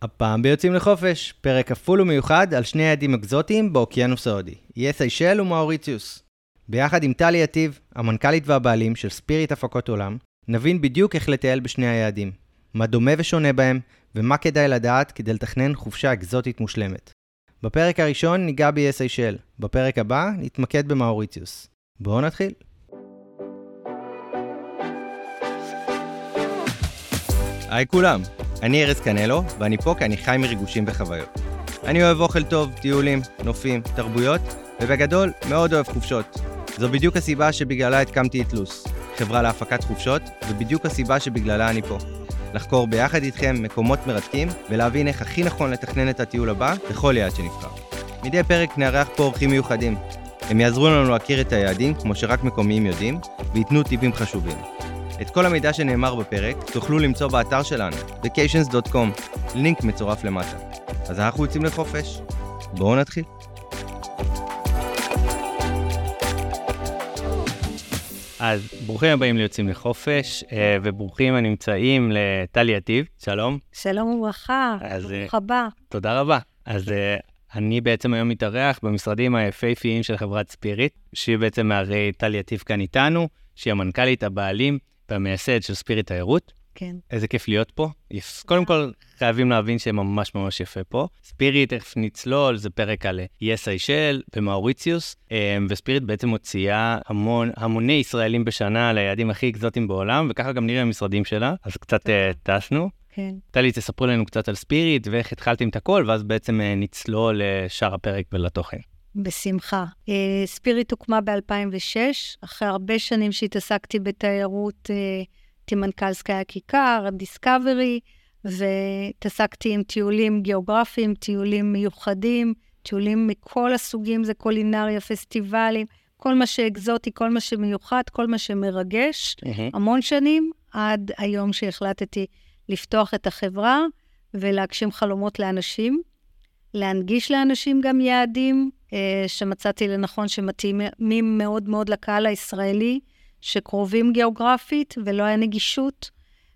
הפעם ביוצאים לחופש, פרק כפול ומיוחד על שני יעדים אקזוטיים באוקיינוס ההודי, איי סיישל ומאוריציוס. ביחד עם טלי יתיב, המנכ"לית והבעלים של ספיריט הפקות עולם, נבין בדיוק איך לטייל בשני היעדים, מה דומה ושונה בהם, ומה כדאי לדעת כדי לתכנן חופשה אקזוטית מושלמת. בפרק הראשון ניגע באיי סיישל, בפרק הבא נתמקד במאוריציוס. בואו נתחיל. היי כולם, אני ארז קנלו, ואני פה כי אני חי מריגושים וחוויות. אני אוהב אוכל טוב, טיולים, נופים, תרבויות, ובגדול מאוד אוהב חופשות. זו בדיוק הסיבה שבגללה התקמתי את לוס, חברה להפקת חופשות, ובדיוק הסיבה שבגללה אני פה. לחקור ביחד איתכם מקומות מרתקים, ולהבין איך הכי נכון לתכנן את הטיול הבא בכל יעד שנבחר. מדי פרק נארח פה אורחים מיוחדים. הם יעזרו לנו להכיר את היעדים כמו שרק מקומיים יודעים, ויתנו טיפים חשובים. את כל המידע שנאמר בפרק תוכלו למצוא באתר שלנו, vacations.com, לינק מצורף למטה. אז אנחנו יוצאים לחופש. בואו נתחיל. אז ברוכים הבאים ליוצאים לחופש, וברוכים הנמצאים לטלי יתיב. שלום. שלום וברכה, ברוך הבא. תודה רבה. אז אני בעצם היום מתארח במשרדים היפהפיים של חברת ספיריט, שהיא בעצם מהרי טלי יתיב כאן איתנו, שהיא המנכ"לית, הבעלים והמייסד של ספיריט תיירות. כן. איזה כיף להיות פה. קודם כל, חייבים להבין שממש ממש יפה פה. ספיריט, תכף נצלול, זה פרק על איי סיישל ומאוריציוס, וספיריט בעצם מוציאה המוני ישראלים בשנה ליעדים הכי אקזוטיים בעולם, וככה גם נראה המשרדים שלה, אז קצת טסנו. כן. טלי, תספרו לנו קצת על ספיריט, ואיך התחלתם את הכל, ואז בעצם נצלול לשאר הפרק ולתוכן. בשמחה. ספיריט הוקמה ב-2006, אחרי הרבה שנים שהתעסקתי בתיירות, מנכ"ל סקאי הכיכר, דיסקאברי, והתעסקתי עם טיולים גיאוגרפיים, טיולים מיוחדים, טיולים מכל הסוגים, זה קולינריה, פסטיבלים, כל מה שאקזוטי, כל מה שמיוחד, כל מה שמרגש, המון שנים, עד היום שהחלטתי לפתוח את החברה, ולהגשים חלומות לאנשים, להנגיש לאנשים גם יעדים, שמצאתי לנכון שמתאימים מאוד מאוד לקהל הישראלי, שקרובים גיאוגרפית ולא היה נגישות,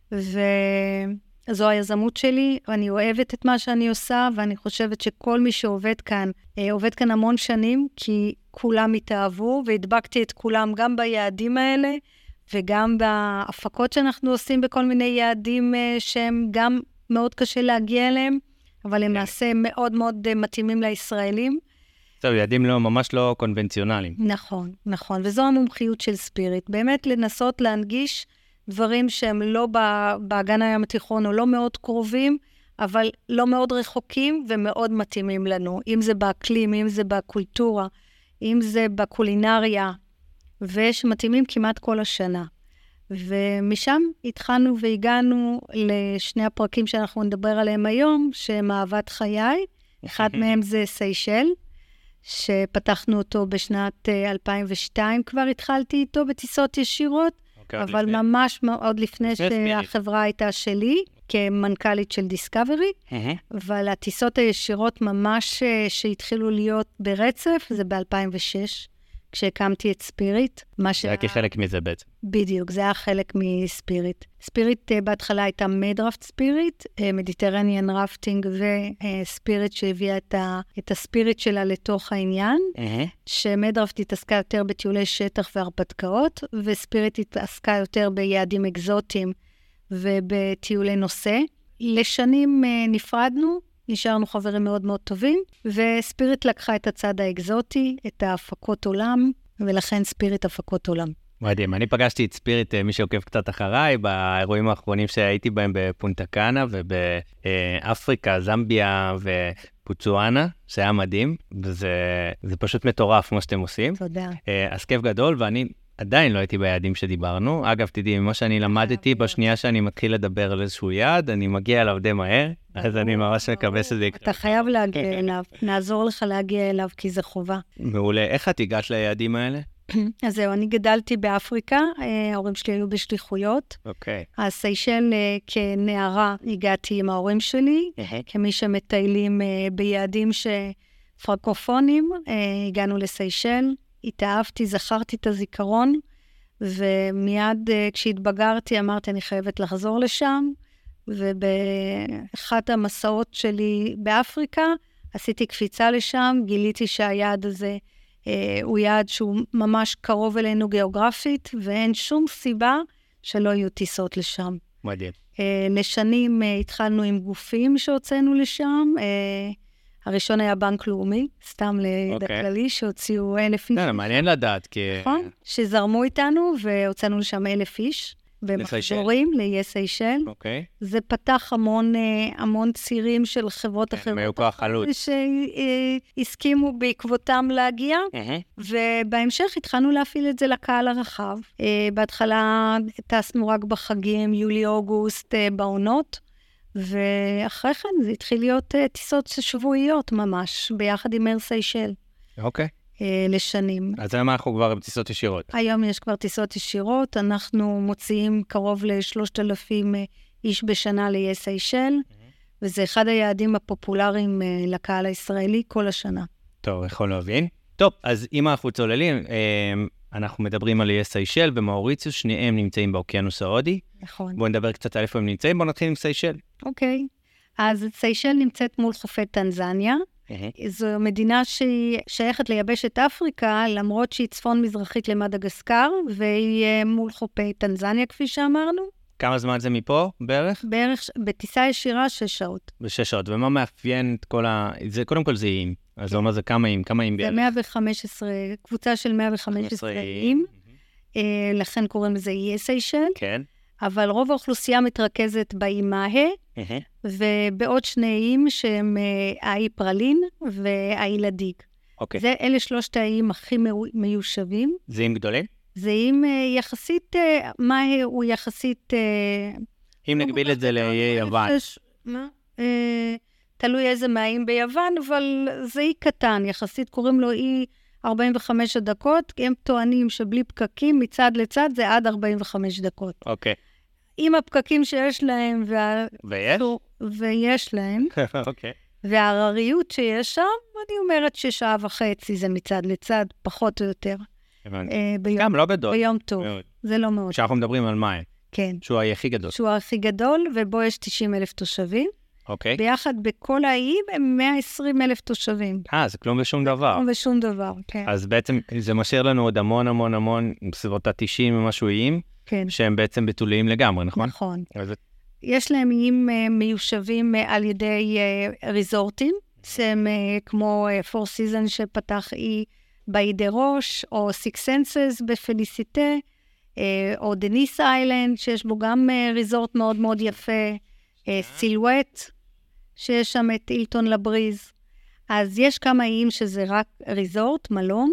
וזו היזמות שלי, ואני אוהבת את מה שאני עושה, ואני חושבת שכל מי שעובד כאן, עובד כאן המון שנים, כי כולם התאהבו, והדבקתי את כולם גם ביעדים האלה, וגם בהפקות שאנחנו עושים בכל מיני יעדים שהם גם מאוד קשה להגיע אליהם, אבל למעשה מאוד מאוד מתאימים לישראלים. טוב, יעדים ממש לא קונבנציונליים. נכון, נכון. וזו המומחיות של ספיריט. באמת לנסות להנגיש דברים שהם לא באגן הים התיכון, או לא מאוד קרובים, אבל לא מאוד רחוקים ומאוד מתאימים לנו. אם זה באקלים, אם זה בקולטורה, אם זה בקולינריה, ושמתאימים כמעט כל השנה. ומשם התחלנו והגענו לשני הפרקים שאנחנו נדבר עליהם היום, שהם אהבת חיי. אחד מהם זה סיישל, שפתחנו אותו בשנת 2002, כבר התחלתי איתו בטיסות ישירות, אבל לפני. ממש עוד לפני שהחברה הייתה שלי, כמנכ"לית של דיסקאברי, אבל הטיסות הישירות ממש שהתחילו להיות ברצף, זה ב-2006, כשהקמתי את ספיריט. זה היה כחלק מזה בעצם. בדיוק, זה היה חלק מספיריט. ספיריט בהתחלה הייתה מדרפט ספיריט, מדיטרניאן רפטינג וספיריט שהביאה את הספיריט שלה לתוך העניין, שמדרפט התעסקה יותר בטיולי שטח והרפתקאות, וספיריט התעסקה יותר ביעדים אקזוטיים ובטיולי נושא. לשנים נפרדנו, נשארנו חברים מאוד מאוד טובים, וספיריט לקחה את הצד האקזוטי, את ההפקות עולם, ולכן ספיריט הפקות עולם. מדהים, אני פגשתי את ספיריט, מי שעוקב קצת אחריי, באירועים האחרונים שהייתי בהם בפונטה קאנה, ובאפריקה, זמביה ופוצואנה, שהיה מדהים, וזה פשוט מטורף מה שאתם עושים. תודה. אז כיף גדול, ואני עדיין לא הייתי ביעדים שדיברנו. אגב, תדעי, ממה שאני למדתי, בשנייה שאני מתחיל לדבר על איזשהו יעד, אני מגיע אליו די מהר, אז אני ממש מקווה שזה יקרה. אתה חייב להגיע אליו, נעזור לך להגיע אליו, כי זה חובה. מעולה. איך את הגעת ליעדים האלה? אז זהו, אני גדלתי באפריקה, ההורים שלי היו בשליחויות. אוקיי. אז סיישל כנערה הגעתי עם ההורים שלי, כמי שמטיילים ביעדים פרנקופונים, הגענו לסיישל, התאהבתי, זכרתי את הזיכרון, ומיד כשהתבגרתי אמרתי, אני חייבת לחזור לשם, ובאחת המסעות שלי באפריקה, עשיתי קפיצה לשם, גיליתי שהיעד הזה הוא יעד שהוא ממש קרוב אלינו גיאוגרפית, ואין שום סיבה שלא יהיו טיסות לשם. מדהים. לשנים התחלנו עם גופים שהוצאנו לשם, הראשון היה בנק לאומי, סתם לידע כללי, שהוציאו 1,000 איש. מעניין לדעת, כי... נכון, שזרמו איתנו והוצאנו לשם 1,000 איש. במחזורים לאיי סיישל. אוקיי. זה פתח המון צירים של חברות אחרות. היו כוח חלוץ. שהסכימו בעקבותם להגיע, ובהמשך התחלנו להפעיל את זה לקהל הרחב. בהתחלה טסנו רק בחגים, יולי-אוגוסט, בעונות, ואחרי כן זה התחיל להיות טיסות שבועיות ממש, ביחד עם אייר סיישל. אוקיי. לשנים. אז היום אנחנו כבר בטיסות ישירות. היום יש כבר טיסות ישירות, אנחנו מוציאים קרוב ל3,000 איש בשנה לאיי סיישל, וזה אחד היעדים הפופולריים לקהל הישראלי כל השנה. טוב, יכול להבין. טוב, אז אם אנחנו צוללים, אנחנו מדברים על איי סיישל ומאוריציוס, שניהם נמצאים באוקיינוס ההודי. נכון. בואו נדבר קצת על איפה הם נמצאים, בואו נתחיל עם סיישל. אוקיי. אז סיישל נמצאת מול חופי טנזניה, זו מדינה שהיא שייכת ליבשת אפריקה, למרות שהיא צפון-מזרחית למדגסקר, והיא מול חופי טנזניה, כפי שאמרנו. כמה זמן זה מפה בערך? בערך בטיסה ישירה 6 שעות. 6 שעות, ומה מאפיין את כל זה, קודם כל זה איים. אז זה אומר זה כמה איים בערך? זה 115, קבוצה של 115 איים, לכן קוראים לזה איי סיישל. כן. אבל רוב האוכלוסייה מתרכזת באי מאהה, ובעוד 2 איים שהם האי פרלין והאי לדיג. אוקיי. אלה 3 האיים הכי מיושבים. זה איים גדולים? זה איים יחסית, מאהה הוא יחסית... אם נגביל את זה לאיי יוון. מה? תלוי איזה מהאים ביוון, אבל זה אי קטן, יחסית קוראים לו אי 45 דקות, כי הם טוענים שבלי פקקים מצד לצד זה עד 45 דקות. אוקיי. עם הפקקים שיש להם, ויש? ויש להם, אוקיי. וההרריות שיש שם, אני אומרת ששעה וחצי זה מצד לצד, פחות או יותר. גם לא בדוד. ביום טוב, זה לא מאוד. כשאנחנו מדברים על מים. כן. שהוא האי הכי גדול. שהוא הכי גדול, ובו יש 90,000 תושבים. אוקיי. ביחד בכל האיים הם 120,000 תושבים. זה כלום ושום דבר. כלום ושום דבר, כן. אז בעצם זה משאיר לנו עוד המון, בסביבות ה-90 ומשהו איים, כן. שהם בעצם בתוליים לגמרי, נכון? נכון. יש להם איים מיושבים על ידי ריזורטים, שהם כמו Four Seasons שפתח אי באי דה ראש, או Six Senses בפליסיטה, או דניס איילנד, שיש בו גם ריזורט מאוד מאוד יפה, סילואט, שיש שם את אילטון לבריז. אז יש כמה איים שזה רק ריזורט, מלון,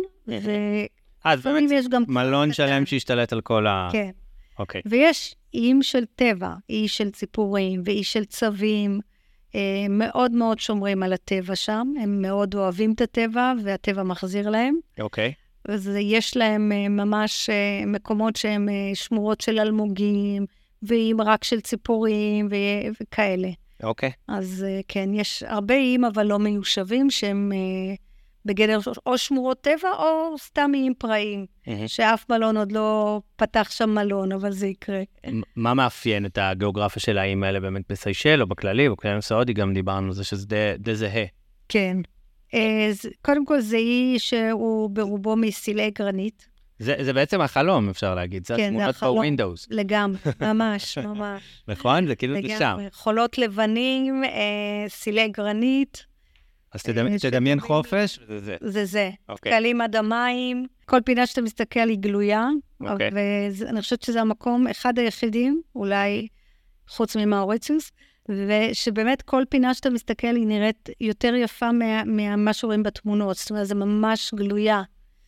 אז באמת מלון שלם שהשתלט על כל ה... כן. אוקיי. ויש איים של טבע, אי של ציפורים ואי של צבים, מאוד מאוד שומרים על הטבע שם, הם מאוד אוהבים את הטבע, והטבע מחזיר להם. אוקיי. אז יש להם ממש מקומות שהם שמורות של אלמוגים, ואיים רק של ציפורים וכאלה. אוקיי. אז כן, יש הרבה איים, אבל לא מיושבים, שהם בגדר או שמורות טבע, או סתם איים פראיים, שאף מלון עוד לא פתח שם מלון, אבל זה יקרה. מה מאפיין את הגיאוגרפיה של האיים האלה באמת בסיישל, או בכללי, באוקיינוס ההודי, גם דיברנו על זה שזה די זהה. כן. קודם כל, זה אי שהוא ברובו מסלעי גרנית. זה בעצם החלום, אפשר להגיד. זה התמונות בווינדאוס. לגמרי, ממש, ממש. נכון? זה כאילו זה שם. חולות לבנים, סלעי גרנית. אז תדמיין חופש, זה זה. קלים עד המים, כל פינה שאתה מסתכל היא גלויה, ואני חושבת שזה המקום, אחד היחידים, אולי חוץ ממאוריציוס, ושבאמת כל פינה שאתה מסתכל היא נראית יותר יפה ממה שרואים בתמונות, זאת אומרת, זה ממש גלויה.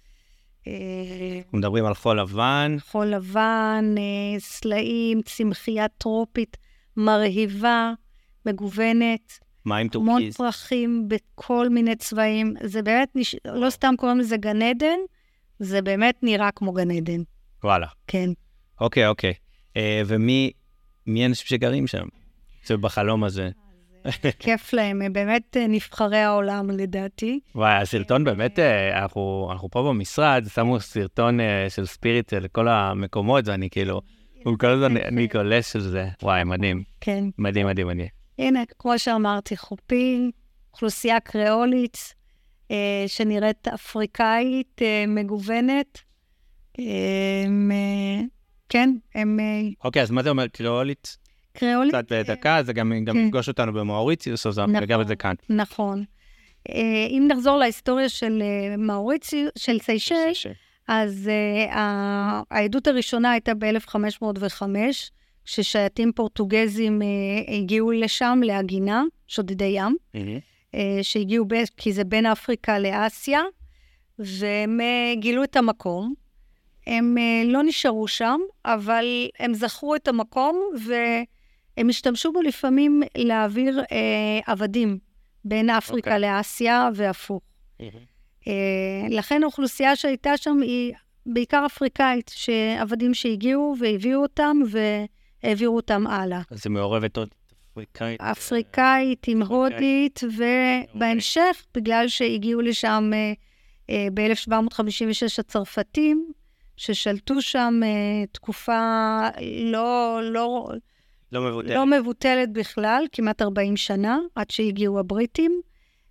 מדברים על חול לבן. חול לבן, סלעים, צמחייה טרופית, מרהיבה, מגוונת. מים טורקיז. המון פרחים בכל מיני צבעים. זה באמת, לא סתם קוראים לזה גן עדן, זה באמת נראה כמו גן עדן. וואלה. כן. אוקיי. ומי אנשים שגרים שם? זה בחלום הזה. כיף להם, הם באמת נבחרי העולם לדעתי. וואי, הסרטון באמת, אנחנו פה במשרד, שמו סרטון של ספיריט לכל המקומות, ואני כאילו הוא כל הזמן, אני גולש של זה. וואי, מדהים. כן. מדהים, מדהים, מדהים. הנה, כמו שאמרתי, חופים, אוכלוסייה קריאולית, שנראית אפריקאית, מגוונת. כן, הם... אוקיי, אז מה זה אומר קריאולית? קריאולית? קצת בדקה, זה גם יפגוש אותנו במאוריציוס, אז אנחנו נגע בזה כאן. נכון. אם נחזור להיסטוריה של מאוריציוס, של סיישל, אז העדות הראשונה הייתה ב-1505, כששייטים פורטוגזים הגיעו לשם להגינה, שודדי ים, שהגיעו, כי זה בין אפריקה לאסיה, והם גילו את המקום. הם לא נשארו שם, אבל הם זכרו את המקום, והם השתמשו בו לפעמים להעביר עבדים בין אפריקה לאסיה והפוך. לכן האוכלוסייה שהייתה שם היא בעיקר אפריקאית, שעבדים שהגיעו והביאו אותם והעבירו אותם הלאה. אז זה מעורבת עוד אפריקאית? אפריקאית עם הודית, ובהמשך, בגלל שהגיעו לשם ב-1756 הצרפתים, ששלטו שם תקופה לא מבוטלת בכלל, כמעט 40 שנה, עד שהגיעו הבריטים.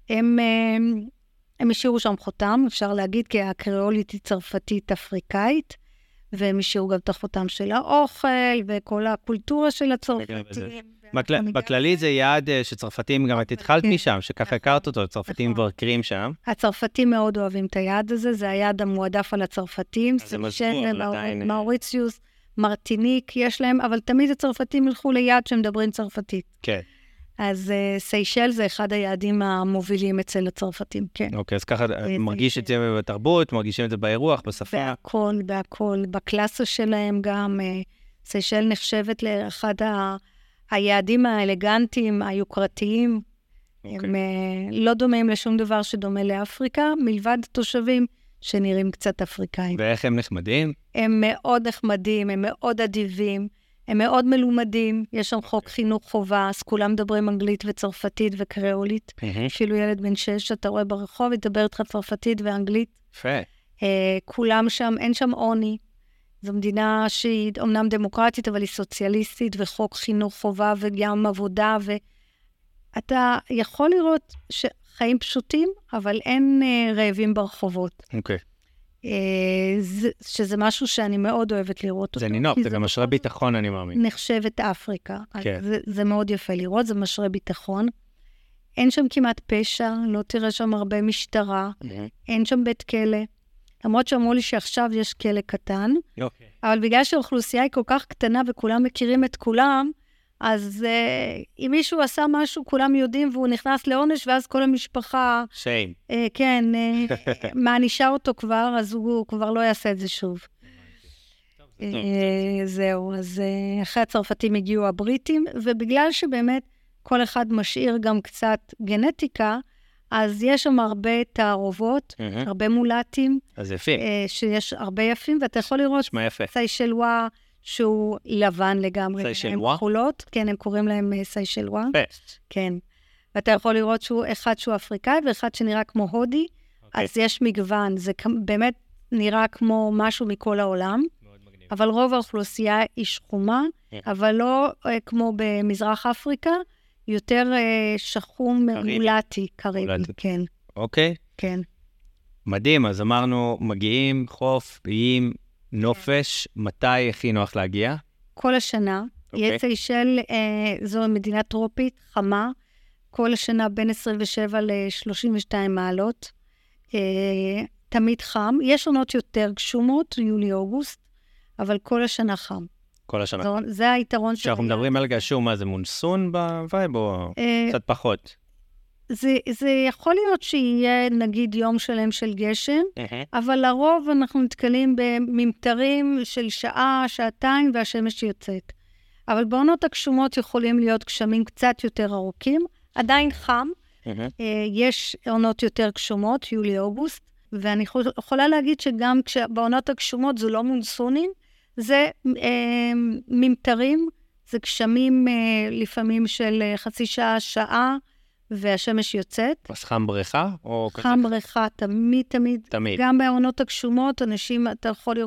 הם השאירו שם חותם, אפשר להגיד, כי הקריאולית היא צרפתית אפריקאית, והם השאירו גם את החותם של האוכל, וכל הקולטורה של הצרפתים. בכללי זה יעד שצרפתים, גם את התחלת משם, שככה הכרת אותו, צרפתים מבקרים שם. הצרפתים מאוד אוהבים את היעד הזה, זה היעד המועדף על הצרפתים. זה מזכור, אבל עדיין... מאוריציוס, מרטיניק, יש להם, אבל תמיד הצרפתים ילכו ליעד שמדברים צרפתית. כן. אז סיישל זה אחד היעדים המובילים אצל הצרפתים, כן. אוקיי, אז ככה מרגיש את זה בתרבות, מרגישים את זה באירוח, בשפה. בהכל. בקלאסה שלהם גם, סיישל נחשבת לאחד היעדים האלגנטיים, היוקרתיים. הם לא דומים לשום דבר שדומה לאפריקה, מלבד תושבים שנראים קצת אפריקאים. ואיך הם נחמדים? הם מאוד נחמדים, הם מאוד אדיבים. הם מאוד מלומדים, יש שם חוק חינוך חובה, אז כולם מדברים אנגלית וצרפתית וקריאולית. אפילו ילד בן 6 שאתה רואה ברחוב, ידבר איתך צרפתית ואנגלית. יפה. כולם שם, אין שם עוני. זו מדינה שהיא אומנם דמוקרטית, אבל היא סוציאליסטית, וחוק חינוך חובה וגם עבודה, ואתה יכול לראות שחיים פשוטים, אבל אין רעבים ברחובות. אוקיי. שזה משהו שאני מאוד אוהבת לראות אותו. זה נינוק, זה גם משרה ביטחון, אני מאמין. נחשבת אפריקה. זה מאוד יפה לראות, זה משרה ביטחון. אין שם כמעט פשע, לא תראה שם הרבה משטרה, אין שם בית כלא. למרות שאמרו לי שעכשיו יש כלא קטן, אבל בגלל שהאוכלוסייה היא כל כך קטנה וכולם מכירים את כולם, אז אם מישהו עשה משהו, כולם יודעים, והוא נכנס לעונש, ואז כל המשפחה... שיים. כן, מענישה אותו כבר, אז הוא כבר לא יעשה את זה שוב. זהו, אז אחרי הצרפתים הגיעו הבריטים, ובגלל שבאמת כל אחד משאיר גם קצת גנטיקה, אז יש שם הרבה תערובות, הרבה מולטים. אז יפים. שיש הרבה יפים, ואתה יכול לראות... שמה יפה. סיישלווה, שהוא לבן לגמרי. סיישלווה? הם כחולות, כן, הם קוראים להם סיישלווה. כן. ואתה יכול לראות שהוא אחד שהוא אפריקאי, ואחד שנראה כמו הודי, אז יש מגוון. זה באמת נראה כמו משהו מכל העולם. מאוד מגניב. אבל רוב האוכלוסייה היא שחומה, אבל לא כמו במזרח אפריקה, יותר שחום מולטי, קריבי, כן. אוקיי. כן. מדהים, אז אמרנו, מגיעים, חוף, איים, נופש, מתי הכי נוח להגיע? כל השנה. יהיה סיישל, זו מדינה טרופית, חמה, כל השנה בין 27 ל-32 מעלות. תמיד חם. יש עונות יותר גשומות, יולי-אוגוסט, אבל כל השנה חם. כל השנה. זה היתרון של... כשאנחנו מדברים על גשום, מה זה מונסון בווייב או קצת פחות? זה יכול להיות שיהיה נגיד יום שלם של גשם, אבל לרוב אנחנו נתקלים בממטרים של שעה, שעתיים, והשמש יוצאת. אבל בעונות הגשומות יכולים להיות גשמים קצת יותר ארוכים, עדיין חם, יש עונות יותר גשומות, יולי-אוגוסט, ואני יכולה להגיד שגם בעונות הגשומות זה לא מונסונים, זה ממטרים, זה גשמים לפעמים של חצי שעה, שעה, והשמש יוצאת. אז חם בריכה? חם בריכה, תמיד. גם בעונות הגשומות, אנשים, אתה יכול לראות,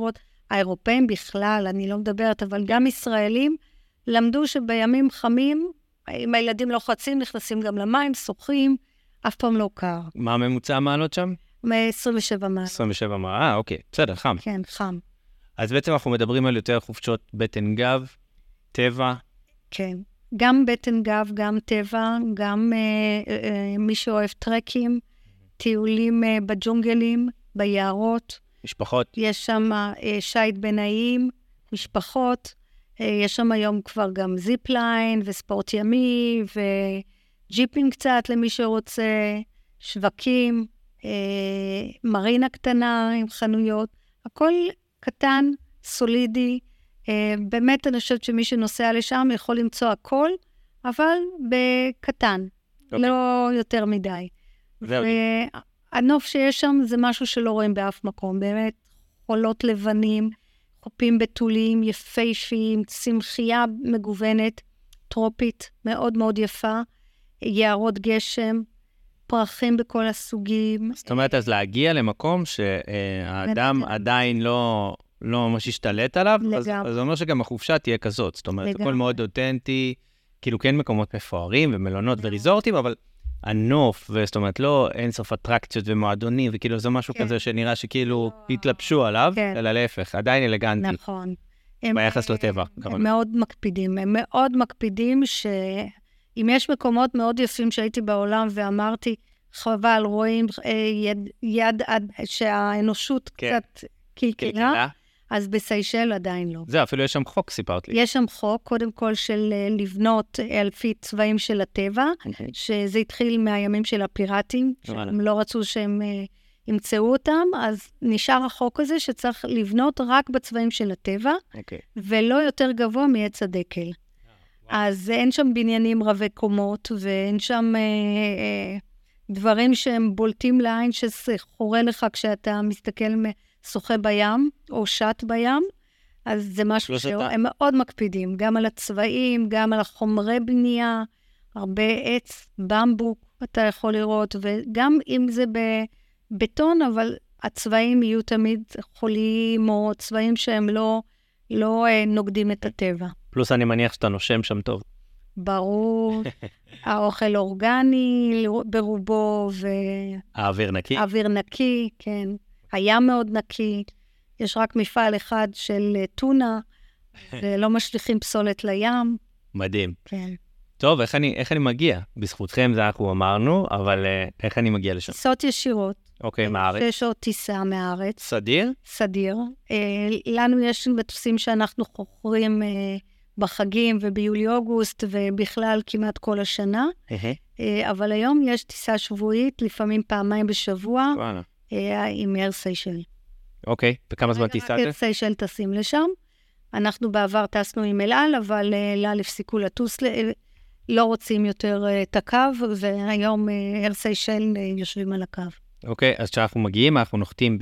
האירופאים בכלל, אני לא מדברת, אבל גם ישראלים, למדו שבימים חמים, אם הילדים לוחצים, נכנסים גם למים, שוחים, אף פעם לא קר. מה הממוצע המעלות שם? מ-27 מעלות. 27 מעלות, אוקיי, בסדר, חם. כן, חם. אז בעצם אנחנו מדברים על יותר חופשות בטן גב, טבע. כן, גם בטן גב, גם טבע, גם מי שאוהב טרקים, טיולים בג'ונגלים, ביערות. משפחות. יש שם שייט בנאים, משפחות. יש שם היום כבר גם זיפליין וספורט ימי וג'יפים קצת למי שרוצה, שווקים, מרינה קטנה עם חנויות. הכל קטן, סולידי. באמת אני חושבת שמי שנוסע לשם יכול למצוא הכל, אבל בקטן, לא יותר מדי. והנוף שיש שם זה משהו שלא רואים באף מקום, באמת חולות לבנים, חופים בתולים, יפהפיים, צמחייה מגוונת, טרופית, מאוד מאוד יפה, יערות גשם, פרחים בכל הסוגים. זאת אומרת, אז להגיע למקום שהאדם עדיין לא ממש השתלט עליו, אז זה אומר שגם החופשה תהיה כזאת. זאת אומרת, הכל מאוד אותנטי, כאילו כן מקומות מפוארים ומלונות וריזורטים, אבל הנוף, זאת אומרת, לא אינסוף אטרקציות ומועדונים, וכאילו זה משהו כזה שנראה שכאילו התלבשו עליו, אלא להפך, עדיין אלגנטי. נכון. ביחס לטבע. הם מאוד מקפידים שאם יש מקומות מאוד יפים שהייתי בעולם ואמרתי, חבל, רואים יד שהאנושות קצת קלקלה, אז בסיישל עדיין לא. זה, אפילו יש שם חוק, סיפרת לי. יש שם חוק, קודם כל, של לבנות על פי צבעים של הטבע, שזה התחיל מהימים של הפיראטים, שהם לא רצו שהם ימצאו אותם, אז נשאר החוק הזה שצריך לבנות רק בצבעים של הטבע, ולא יותר גבוה מעץ הדקל. אז אין שם בניינים רבי קומות, ואין שם דברים שהם בולטים לעין, שחורה לך כשאתה מסתכל שוחה בים, או שט בים, אז זה משהו שהם מאוד מקפידים, גם על הצבעים, גם על החומרי בנייה, הרבה עץ, במבוק, אתה יכול לראות, וגם אם זה בבטון, אבל הצבעים יהיו תמיד חולים, או צבעים שהם לא נוגדים את הטבע. פלוס אני מניח שאתה נושם שם טוב. ברור, האוכל אורגני ברובו, האוויר נקי? האוויר נקי, כן. הים מאוד נקי, יש רק מפעל אחד של טונה, ולא משליכים פסולת לים. מדהים. כן. טוב, איך אני מגיע? בזכותכם זה אנחנו אמרנו, אבל איך אני מגיע לשם? טיסות ישירות. אוקיי, מהארץ? 6 שעות טיסה מהארץ. סדיר? סדיר. לנו יש מטוסים שאנחנו חוכרים בחגים וביולי-אוגוסט, ובכלל כמעט כל השנה. אבל היום יש טיסה שבועית, לפעמים פעמיים בשבוע. וואלה. עם אייר סיישל. אוקיי, וכמה זמן טיסה? אייר סיישל טסים לשם. אנחנו בעבר טסנו עם אל על, אבל אל על הפסיקו לטוס, לא רוצים יותר את הקו, והיום אייר סיישל יושבים על הקו. אוקיי, אז כשאנחנו מגיעים, אנחנו נוחתים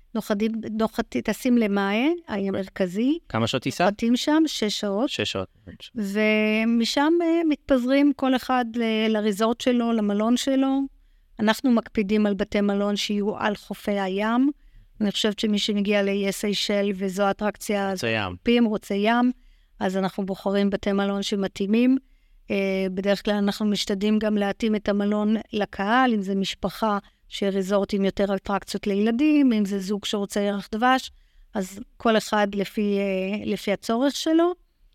טסים למאי, המרכזי. כמה שעות טיסה? נוחתים שם 6 שעות. 6 שעות. ומשם מתפזרים כל אחד לריזורט שלו, למלון שלו. אנחנו מקפידים על בתי מלון שיהיו על חופי הים. אני חושבת שמי שמגיע לאיי סיישל, וזו האטרקציה, רוצה ים, אז אנחנו בוחרים בתי מלון שמתאימים. בדרך כלל אנחנו משתדלים גם להתאים את המלון לקהל, אם זה משפחה שריזורט עם יותר אטרקציות לילדים, אם זה זוג שרוצה ירח דבש, אז כל אחד לפי הצורך שלו.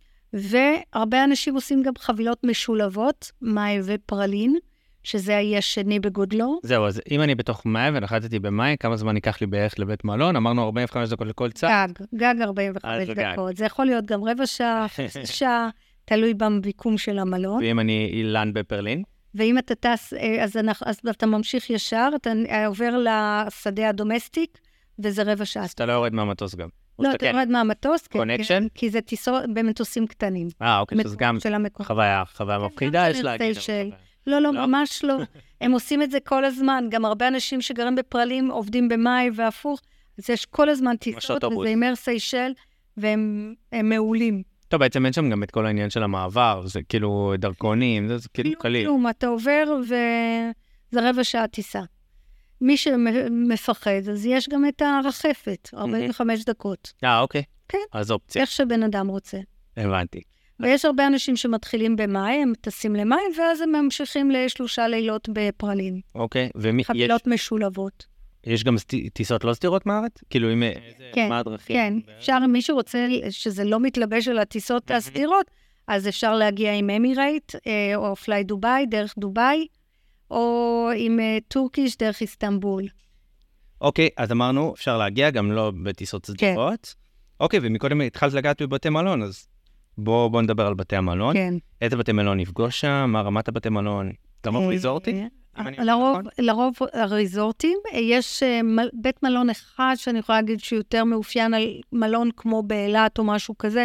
והרבה אנשים עושים גם חבילות משולבות, מאי ופרלין, שזה האי השני בגודלו. זהו, אז אם אני בתוך מאי ונחתתי במאי, כמה זמן ייקח לי בערך לבית מלון? אמרנו 45 דקות לכל צד. גג 45 דקות. זה יכול להיות גם רבע שעה, שעה, תלוי במיקום של המלון. ואם אני אילן בפרלין? ואם אתה טס, אז אתה ממשיך ישר, אתה עובר לשדה הדומסטיק, וזה רבע שעה. אז אתה לא יורד מהמטוס גם. לא, אתה יורד מהמטוס, קונקשן? כי זה טיסות במטוסים קטנים. אוקיי, אז גם חוויה מפחידה יש להגיד. לא, ממש לא. הם עושים את זה כל הזמן. גם הרבה אנשים שגרים בפרלים עובדים במאי והפוך. אז יש כל הזמן טיסות, וזה עם אייר סיישל, והם מעולים. טוב, בעצם אין שם גם את כל העניין של המעבר, זה כאילו דרכונים, זה כאילו קליל. כלום, אתה עובר וזה רבע שעה טיסה. מי שמפחד, אז יש גם את הרחפת, 45 דקות. אוקיי. כן. אז אופציה. איך שבן אדם רוצה. הבנתי. ויש הרבה אנשים שמתחילים במים, הם טסים למים, ואז הם ממשיכים ל3 לילות בפרלין. אוקיי. חבילות משולבות. יש גם טיסות לא סדירות מהארץ? כאילו, מה הדרכים? כן, אפשר, מי שרוצה שזה לא מתלבש על הטיסות הסדירות, אז אפשר להגיע עם אמירייט, או פליי דוביי, דרך דוביי, או עם טורקיש דרך איסטנבול. אוקיי, אז אמרנו, אפשר להגיע גם לא בטיסות סדירות. אוקיי, ומקודם התחלת לגעת בבתי מלון, אז בואו נדבר על בתי המלון. כן. איזה בתי מלון נפגוש שם? מה רמת הבתי מלון? לרוב ריזורטים? לרוב הריזורטים. יש בית מלון אחד שאני יכולה להגיד שהוא יותר מאופיין על מלון כמו באילת או משהו כזה,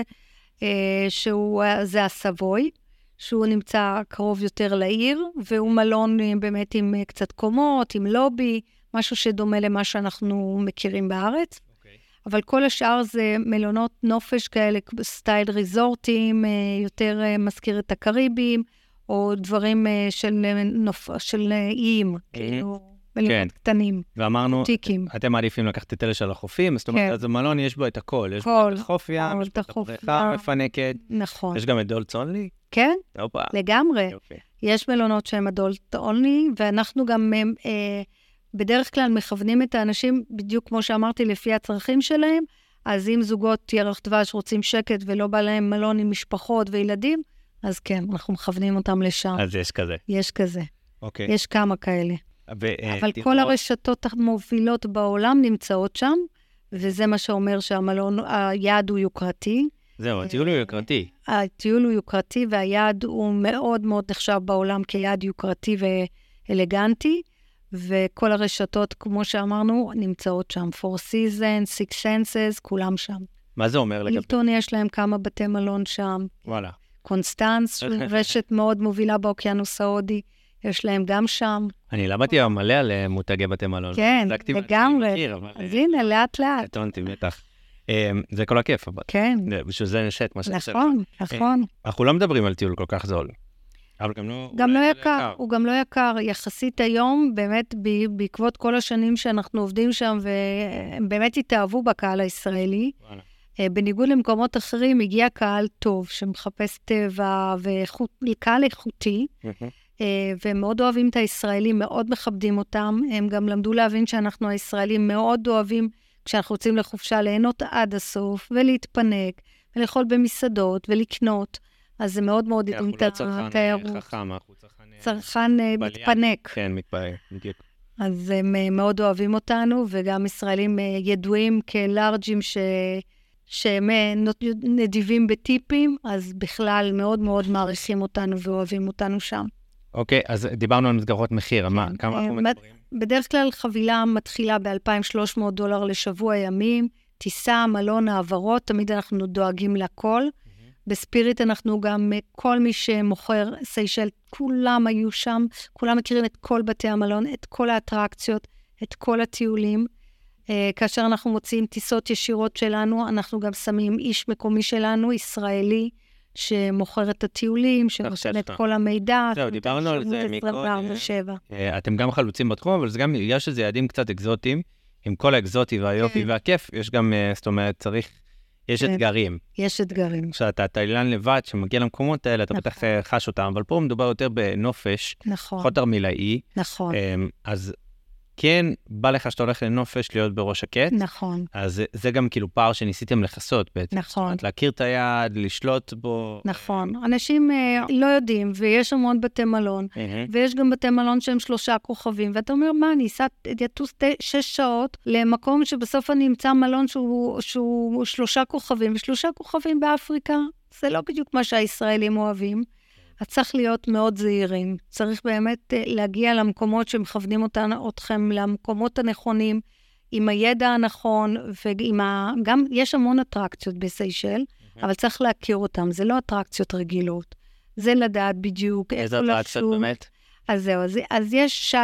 זה הסבוי, שהוא נמצא קרוב יותר לעיר, והוא מלון באמת עם קצת קומות, עם לובי, משהו שדומה למה שאנחנו מכירים בארץ. אבל כל השאר זה מלונות נופש כאלה, סטייל ריזורטים, יותר מזכיר את הקריבים, או דברים של איים, כאילו, מלונות קטנים. ואמרנו, אתם מעדיפים לקחת את אלה של החופים, זאת אומרת, אז המלון יש בו את הכל. יש בו את החוף ים, יש בו את הבריכה מפנקת. נכון. יש גם את דולט אונלי? כן, לגמרי. יש מלונות שהם הדולט אונלי, ואנחנו גם בדרך כלל מכוונים את האנשים, בדיוק כמו שאמרתי, לפי הצרכים שלהם, אז אם זוגות ירח דבש רוצים שקט ולא בא להם מלון עם משפחות וילדים, אז כן, אנחנו מכוונים אותם לשם. אז יש כזה. יש כזה. אוקיי. יש כמה כאלה. אבל כל הרשתות המובילות בעולם נמצאות שם, וזה מה שאומר שהמלון, היעד הוא יוקרתי. זהו, הטיול הוא יוקרתי. הטיול הוא יוקרתי, והיעד הוא מאוד מאוד נחשב בעולם כיעד יוקרתי ואלגנטי, וכל הרשתות, כמו שאמרנו, נמצאות שם. Four Seasons, Six Senses, כולם שם. מה זה אומר לגבי? הילטון יש להם כמה בתי מלון שם. וואלה. קונסטנס, רשת מאוד מובילה באוקיינוס ההודי, יש להם גם שם. אני למדתי מלא על מותגי בתי מלון. כן, לגמרי. אז הנה, לאט לאט. קטונתי, בטח. זה כל הכיף, אבל. כן. בשביל זה נשת מה שאני נכון, נכון. אנחנו לא מדברים על טיול כל כך זול. אבל גם לא יקר, הוא גם לא יקר. יחסית היום, באמת, בעקבות כל השנים שאנחנו עובדים שם, והם באמת התאהבו בקהל הישראלי. בניגוד למקומות אחרים, הגיע קהל טוב, שמחפש טבע וקהל איכותי, והם מאוד אוהבים את הישראלים, מאוד מכבדים אותם. הם גם למדו להבין שאנחנו הישראלים מאוד אוהבים, כשאנחנו רוצים לחופשה, ליהנות עד הסוף, ולהתפנק, ולאכול במסעדות, ולקנות. אז זה מאוד מאוד אנחנו לא צרכן חכם, אנחנו צרכן מתפנק. כן, מתפנק, בדיוק. אז הם מאוד אוהבים אותנו, וגם ישראלים ידועים כלארג'ים שהם נדיבים בטיפים, אז בכלל מאוד מאוד מעריכים אותנו ואוהבים אותנו שם. אוקיי, אז דיברנו על מסגרות מחיר, כמה אנחנו מדברים? בדרך כלל חבילה מתחילה $2,300 לשבוע ימים, טיסה, מלון, העברות, תמיד אנחנו דואגים לכל. בספיריט אנחנו גם, כל מי שמוכר סיישל, כולם היו שם, כולם מכירים את כל בתי המלון, את כל האטרקציות, את כל הטיולים. כאשר אנחנו מוציאים טיסות ישירות שלנו, אנחנו גם שמים איש מקומי שלנו, ישראלי, שמוכר את הטיולים, שנותן את כל המידע. זהו, דיברנו על זה מקודם. אתם גם חלוצים בתחום, אבל זה גם, יש איזה יעדים קצת אקזוטיים, עם כל האקזוטי והיופי והכיף, יש גם, זאת אומרת, צריך, יש אתגרים. יש אתגרים. כשאתה טיילן לבד, שמגיע למקומות האלה, אתה בטח חש אותם, אבל פה מדובר יותר בנופש, פחות תרמילאי. נכון. אז כן, בא לך שאתה הולך לנופש להיות בראש הקט. נכון. אז זה גם כאילו פער שניסיתם לחסות בעצם. נכון. להכיר את היעד, לשלוט בו. נכון. אנשים לא יודעים, ויש המון בתי מלון, ויש גם בתי מלון שהם 3 כוכבים, ואתה אומר, מה, אני אטוס 6 שעות למקום שבסוף אני אמצא מלון שהוא 3 כוכבים, ו3 כוכבים באפריקה, זה לא בדיוק מה שהישראלים אוהבים. אז צריך להיות מאוד זהירים. צריך באמת להגיע למקומות שמכוונים אתכם למקומות הנכונים, עם הידע הנכון, גם יש המון אטרקציות בסיישל, אבל צריך להכיר אותם. זה לא אטרקציות רגילות. זה לדעת בדיוק איזה אטרקציות באמת? אז זהו, אז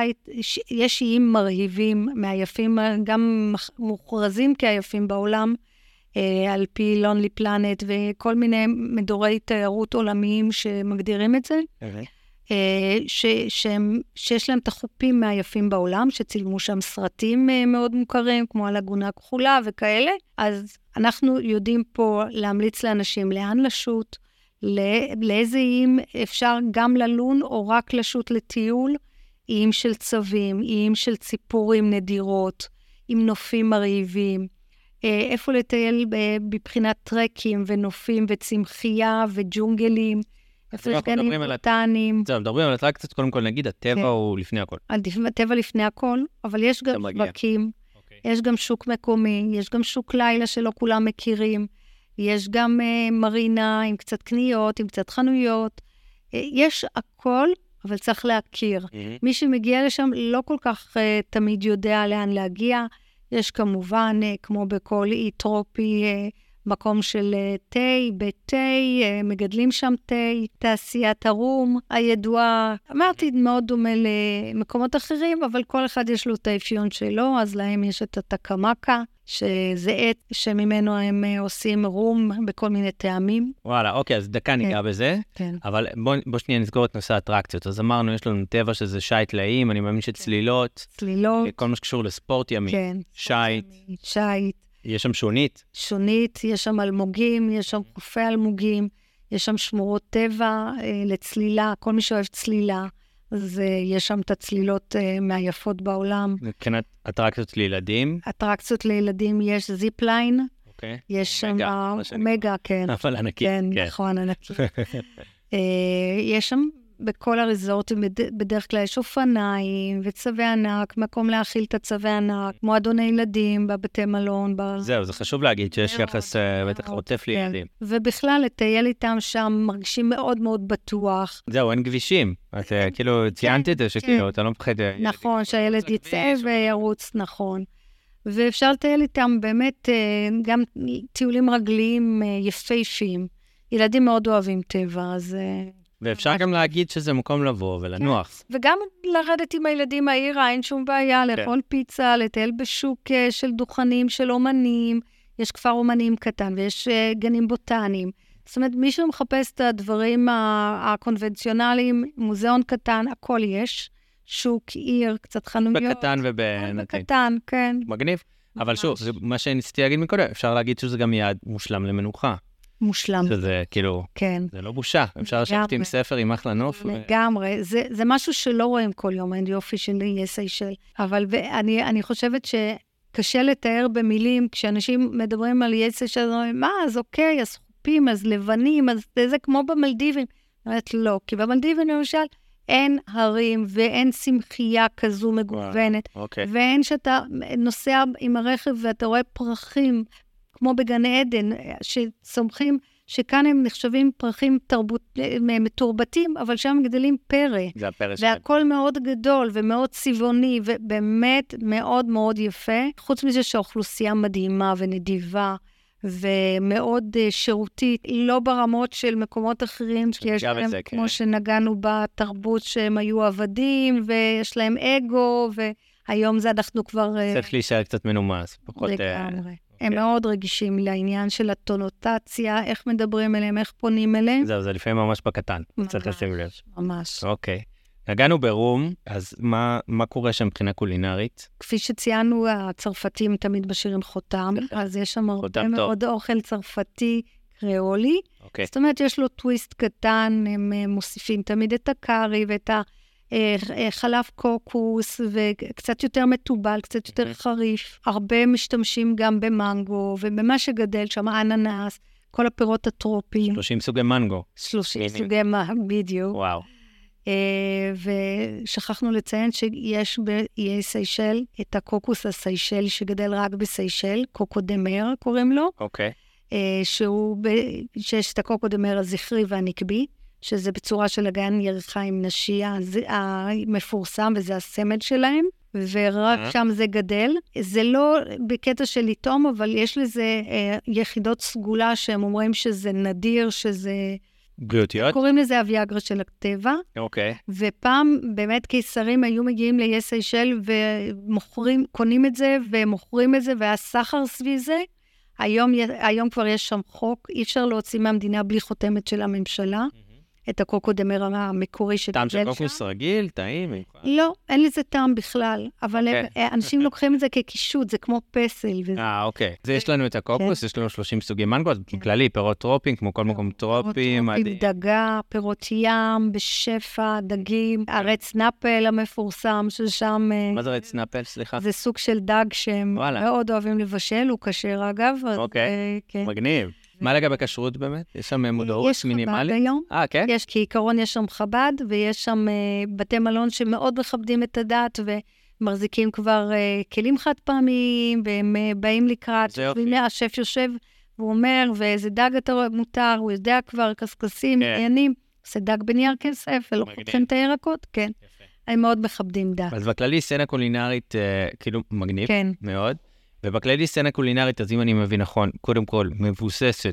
יש איים מרהיבים מהיפים, גם מוכרזים כיפים בעולם, על פי Lonely Planet וכל מיני מדורי תיירות עולמיים שמגדירים את זה. שיש להם את החופים מהיפים בעולם, שצילמו שם סרטים מאוד מוכרים, כמו הלגונה הכחולה וכאלה, אז אנחנו יודעים פה להמליץ לאנשים לאן לשוט, לאיזה איים אפשר גם ללון או רק לשוט לטיול, איים של צבים, איים של ציפורים נדירות, עם נופים מרהיבים, איפה לטייל בבחינת טרקים ונופים וצמחייה וג'ונגלים, איפה יש גנים בוטניים. זהו, מדברים על אטרקציות, קודם כל נגיד, הטבע הוא לפני הכל. הטבע לפני הכל, אבל יש גם שווקים, יש גם שוק מקומי, יש גם שוק לילה שלא כולם מכירים, יש גם מרינה עם קצת קניות, עם קצת חנויות, יש הכל, אבל צריך להכיר. מי שמגיע לשם לא כל כך תמיד יודע לאן להגיע, יש כמובן, כמו בכל אי טרופי, מקום של תה, בית תה, מגדלים שם תה, תעשיית הרום הידועה. אמרתי, מאוד דומה למקומות אחרים, אבל כל אחד יש לו את האפיון שלו, אז להם יש את התקמקה, שזה עת שממנו הם עושים רום בכל מיני טעמים. וואלה, אוקיי, אז דקה ניגע בזה. כן. אבל בוא שנייה נסגור את נושא האטרקציות. אז אמרנו, יש לנו טבע שזה שייט טלאים, אני מאמין שצלילות. צלילות. כל מה שקשור לספורט ימי. כן. שייט. שייט. יש שם שונית. שונית, יש שם אלמוגים, יש שם חופי אלמוגים, יש שם שמורות טבע לצלילה, כל מי שאוהב צלילה, אז יש שם את הצלילות מהיפות בעולם. מבחינת אטרקציות לילדים? אטרקציות לילדים יש זיפליין, אוקיי. יש שם אומגה, כן. אבל ענקי. כן, נכון, ענקי. יש שם בכל הריזורטים, בדרך כלל יש אופניים וצווי ענק, מקום להכיל את הצווי ענק, מועדוני ילדים בבתי מלון. זהו, זה חשוב להגיד שיש יחס בטח עוטף לילדים. ובכלל, לטייל איתם שם מרגישים מאוד מאוד בטוח. זהו, אין כבישים. את כאילו ציינתי את זה, שכאילו, אתה לא מפחד... נכון, שהילד יצא וירוץ, נכון. ואפשר לטייל איתם באמת גם טיולים רגליים יפהפיים. ילדים מאוד אוהבים טבע, אז... ואפשר גם להגיד שזה מקום לבוא ולנוח. וגם לרדת עם הילדים העירה, אין שום בעיה, לאכול פיצה, לטייל בשוק של דוכנים של אומנים, יש כפר אומנים קטן ויש גנים בוטניים. זאת אומרת, מי שמחפש את הדברים הקונבנציונליים, מוזיאון קטן, הכל יש. שוק, עיר, קצת חנויות. בקטן ובנתיים. בקטן, כן. מגניב. אבל שוב, מה שניסיתי להגיד מקודם, אפשר להגיד שזה גם יעד מושלם למנוחה. מושלם. שזה כאילו, כן. זה לא בושה. אפשר לשבת עם ספר, עם אחלה נוף. לגמרי. זה משהו שלא רואים כל יום, אין יופי של יהיה סיישל. אבל אני חושבת שקשה לתאר במילים, כשאנשים מדברים על יהיה סיישל, מה, אז אוקיי, אז חופים, אז לבנים, אז זה כמו במלדיבים. אני אומרת, לא, כי במלדיבים למשל, אין הרים ואין שמחייה כזו מגוונת. ואין שאתה נוסע עם הרכב ואתה רואה פרחים, כמו בגן עדן, שצומחים, שכאן הם נחשבים פרחים מתורבתים, אבל שם גדלים פרא. זה הפרא שלהם. והכל מאוד גדול ומאוד צבעוני, ובאמת מאוד מאוד יפה. חוץ מזה שהאוכלוסייה מדהימה ונדיבה, ומאוד שירותית, לא ברמות של מקומות אחרים, כי יש להם, כמו שנגענו בתרבות, שהם היו עבדים, ויש להם אגו, והיום זה אנחנו כבר... צריך להישאר קצת מנומס. לגמרי. הם מאוד רגישים לעניין של הטונוטציה, איך מדברים אליהם, איך פונים אליהם. זהו, זה לפעמים ממש בקטן. צריך לשים לב. ממש. אוקיי. נגענו ברום, אז מה קורה שם מבחינה קולינרית? כפי שציינו, הצרפתים תמיד משאירים חותם, אז יש שם הרבה מאוד אוכל צרפתי קריאולי. זאת אומרת, יש לו טוויסט קטן, הם מוסיפים תמיד את הקארי ואת חלב קוקוס, וקצת יותר מטובל, קצת יותר חריף. הרבה משתמשים גם במנגו, ובמה שגדל שם, אננס, כל הפירות הטרופיים. 30 סוגי מנגו. 30 סוגי מנגו, בדיוק. וואו. ושכחנו לציין שיש באיי סיישל את הקוקוס הסיישל שגדל רק בסיישל, קוקו דמר קוראים לו. אוקיי. שיש את הקוקו דמר הזכרי והנקבי, שזה בצורה של אגן ירחה עם נשי המפורסם, וזה הסמל שלהם, ורק שם זה גדל. זה לא בקטע של לטעום, אבל יש לזה יחידות סגולה שהם אומרים שזה נדיר, שזה... בריאותיות? קוראים לזה הוויאגרה של הטבע. אוקיי. ופעם באמת קיסרים היו מגיעים לאיי סיישל ומוכרים, קונים את זה ומוכרים את זה, והיה סחר סביב זה. היום כבר יש שם חוק, אי אפשר להוציא מהמדינה בלי חותמת של הממשלה. את הקוקודמר המקורי טעם של קוקוס רגיל, טעים? לא, אין לזה טעם בכלל, אבל אנשים לוקחים את זה כקישוט, זה כמו פסל. אוקיי. אז יש לנו את הקוקוס, יש לנו 30 סוגי מנגו, אז בכללי, פירות טרופים, כמו כל מקום טרופים. דגה, פירות ים, בשפע, דגים, הרץ נאפל המפורסם, ששם... מה זה רץ נאפל? סליחה. זה סוג של דג שהם מאוד אוהבים לבשל, הוא כשר אגב. אוקיי, מגניב. מה לגבי כשרות באמת? יש שם מודעות מינימלית? יש חב"ד היום. כן? כעיקרון יש שם חב"ד, ויש שם בתי מלון שמאוד מכבדים את הדת, ומחזיקים כבר כלים חד פעמיים, והם באים לקראת. והנה השף יושב, והוא אומר, ואיזה דג אתה מותר, הוא יודע כבר, קסקסים, עניינים, עושה דג בנייר כסף, ולא חותכים את הירקות, כן. הם מאוד מכבדים דת. אז בכללי סצנה קולינרית, כאילו מגניב מאוד. ובכללי סצנה קולינרית, אז אם אני מבין נכון, קודם כל מבוססת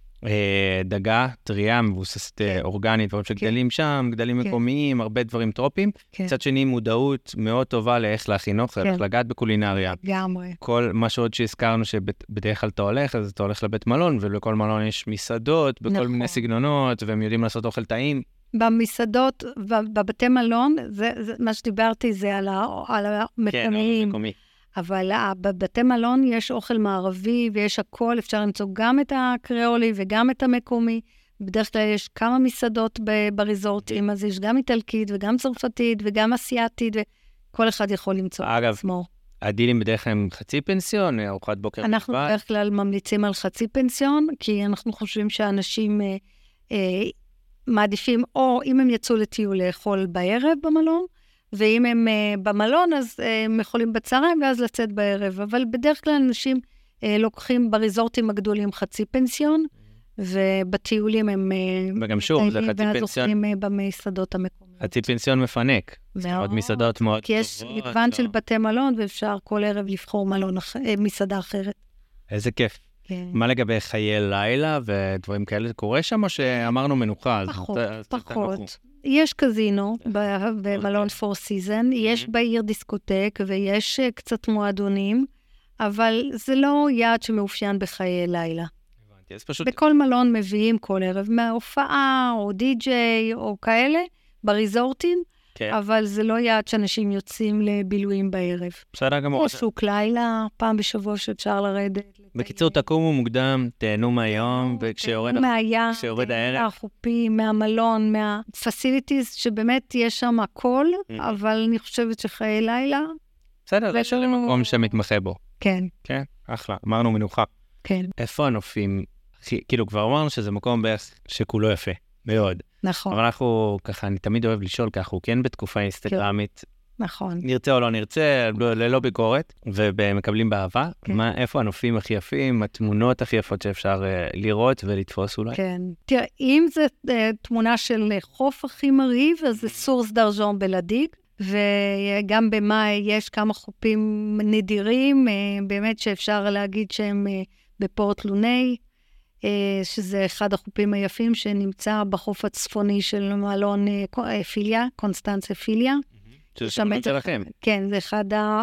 דגה, טריה, מבוססת אורגנית, דברים שגדלים שם, גדלים מקומיים, הרבה דברים טרופיים. קצת שני מודעות מאוד טובה לאיך להכין אוכל, איך לגעת בקולינריה. לגמרי. כל מה שעוד שהזכרנו שבדרך כלל אתה הולך, אז אתה הולך לבית מלון, ולכל מלון יש מסעדות, בכל מיני סגנונות, והם יודעים לעשות אוכל טעים. במסעדות, בבתי מלון, מה שדיברתי זה על המקומיים. אבל בבתי מלון יש אוכל מערבי ויש הכל, אפשר למצוא גם את הקריאולי וגם את המקומי. בדרך כלל יש כמה מסעדות בריזורטים, אז יש גם איטלקית וגם צרפתית וגם אסיאתית, וכל אחד יכול למצוא את עצמו. אגב, הדילים בדרך כלל הם חצי פנסיון, ארוחת בוקר. אנחנו בדרך כלל ממליצים על חצי פנסיון, כי אנחנו חושבים שאנשים מעדיפים, או אם הם יצאו לטיול לאכול בערב במלון, ואם הם במלון, אז הם יכולים בצהריים, ואז לצאת בערב. אבל בדרך כלל אנשים לוקחים בריזורטים הגדולים חצי פנסיון, ובטיולים הם... וגם שוב, זה חצי פנסיון. ואז אוכלים במסעדות המקומיות. חצי פנסיון מפנק. עוד מסעדות מאוד טובות. כי יש מגוון של בתי מלון, ואפשר כל ערב לבחור מסעדה אחרת. איזה כיף. מה לגבי חיי לילה ודברים כאלה? זה קורה שם או שאמרנו מנוחה? פחות. יש קזינו במלון פור סיזן, יש בעיר דיסקוטק ויש קצת מועדונים, אבל זה לא יעד שמאופיין בחיי לילה. בכל מלון מביאים כל ערב מההופעה או די-ג'יי או כאלה בריזורטים, אבל זה לא יעד שאנשים יוצאים לבילויים בערב. בסדר גמור. או שוק לילה, פעם בשבוע שאפשר לרדת. בקיצור, תקומו מוקדם, תהנו מהיום, וכשיורד הערב. מהחופים, מהמלון, מהפסיליטיז, שבאמת יש שם הכל, אבל אני חושבת שחיי לילה... בסדר, יש לי מקום שמתמחה בו. כן. כן, אחלה, אמרנו מנוחה. כן. איפה הנופים? כאילו, כבר אמרנו שזה מקום בערך שכולו יפה, מאוד. נכון. אבל אנחנו, ככה, אני תמיד אוהב לשאול, ככה, הוא כן בתקופה אינסטגרמית. נכון. נרצה או לא נרצה, ללא ביקורת, ומקבלים באהבה. איפה הנופים הכי יפים, התמונות הכי יפות שאפשר לראות ולתפוס אולי? כן. תראה, אם זה תמונה של חוף הכי מרהיב, אז זה סורס דרז'ון בלדיג, וגם במאי יש כמה חופים נדירים, באמת שאפשר להגיד שהם בפורט לוני, שזה אחד החופים היפים שנמצא בחוף הצפוני של מלון פיליה, קונסטנצה פיליה. שזה שמות שלכם. כן, זה אחד